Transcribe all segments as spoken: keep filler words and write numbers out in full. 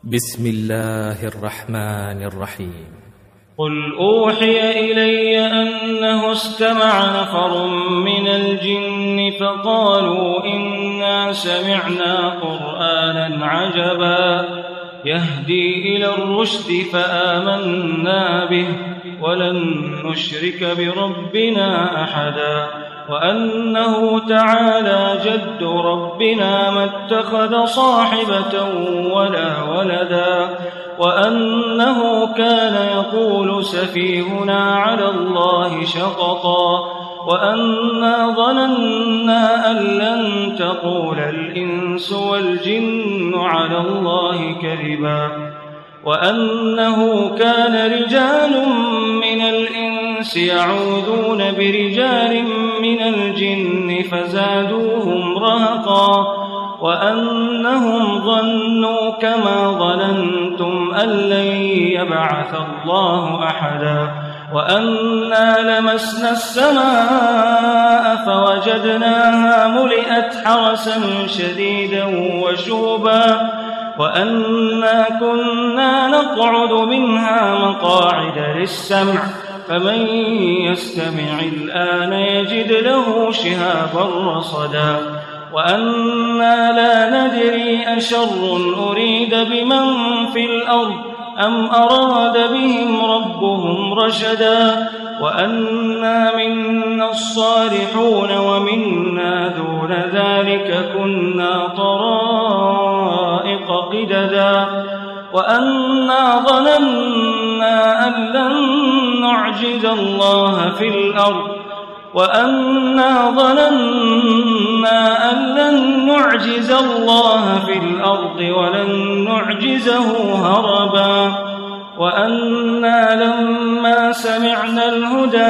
بسم الله الرحمن الرحيم. قل أوحي إلي أنه استمع نفر من الجن فقالوا إنا سمعنا قرآنا عجبا يهدي إلى الرشد فآمنا به ولن نشرك بربنا أحدا وأنه تعالى جد ربنا ما اتخذ صاحبة ولا ولدا وأنه كان يقول سفيهنا على الله شططا وأنا ظننا أن لن تقول الإنس والجن على الله كذبا وأنه كان رجال من الإنس يعوذون برجال من الجن فزادوهم رهقا وأنهم ظنوا كما ظننتم أن لن يبعث الله أحدا وأنا لمسنا السماء فوجدناها ملئت حرسا شديدا وشوبا وأنا كنا نقعد منها مقاعد للسمع فمن يستمع الآن يجد له شهابا رصدا وأنا لا ندري أشر أريد بمن في الأرض أم أراد بهم ربهم رشدا وأنا منا الصالحون ومنا دون ذلك كنا طرائق قددا وأنا ظننا أن لن نعجز الله في الأرض وأنا ظننا أن لن نعجز الله في الأرض ولن نعجزه هربا وأنا لما سمعنا الهدى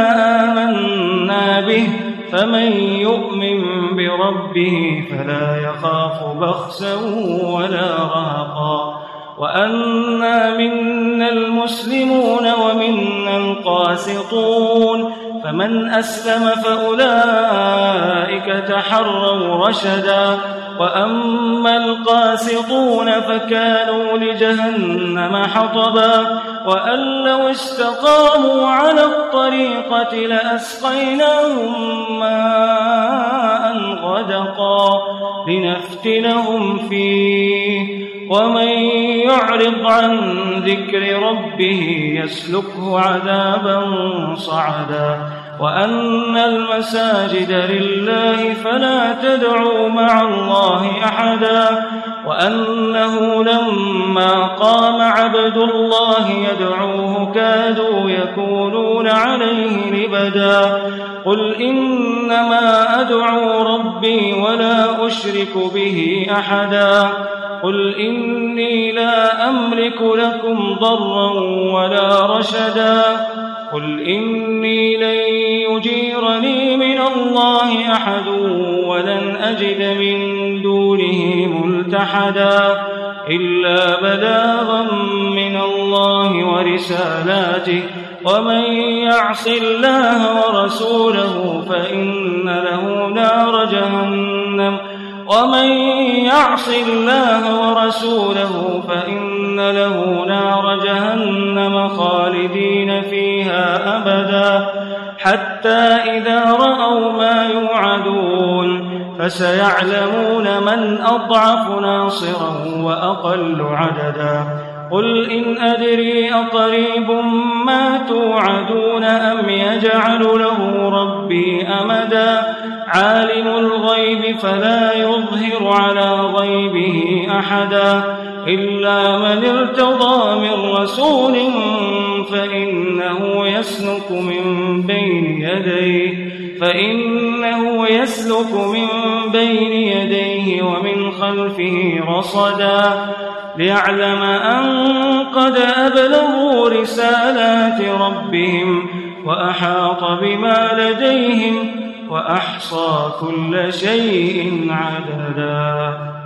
آمنا به فمن يؤمن بربه فلا يخاف بخسا ولا رهقا وأنا منا المسلمون ومنا القاسطون فمن أسلم فأولئك تحروا رشدا وأما القاسطون فكانوا لجهنم حطبا وأن لو استقاموا على الطريقة لأسقيناهم ماء غدقا لنفتنهم فيه ومن يعرض عن ذكر ربه يسلكه عذابا صعدا وأن المساجد لله فلا تدعوا مع الله أحدا وأنه لما قام عبد الله يدعوه كادوا يكونون عليه لبدا قل إنما أدعو ربي ولا أشرك به أحدا قل إني لا أملك لكم ضرا ولا رشدا قل إني لن يجيرني من الله أحد ولن أجد من دونه ملتحدا إلا بلاغا من الله ورسالاته ومن يعص الله ورسوله فإن له نار جهنم ومن يعص الله ورسوله فإن له نار جهنم خالدين فيها أبدا حتى إذا رأوا ما يوعدون فسيعلمون من أضعف ناصرا وأقل عددا قل إن أدري أقريب ما توعدون أم يجعل له ربي أمدا عالم الغيب فلا يظهر على غيبه أحدا إلا من ارتضى من رسول فإنه يسلك من بين يديه فإنه يسلك من بين يديه ومن خلفه رصدا ليعلم أن قد أبلغوا رسالات ربهم وأحاط بما لديهم وأحصى كل شيء عددا.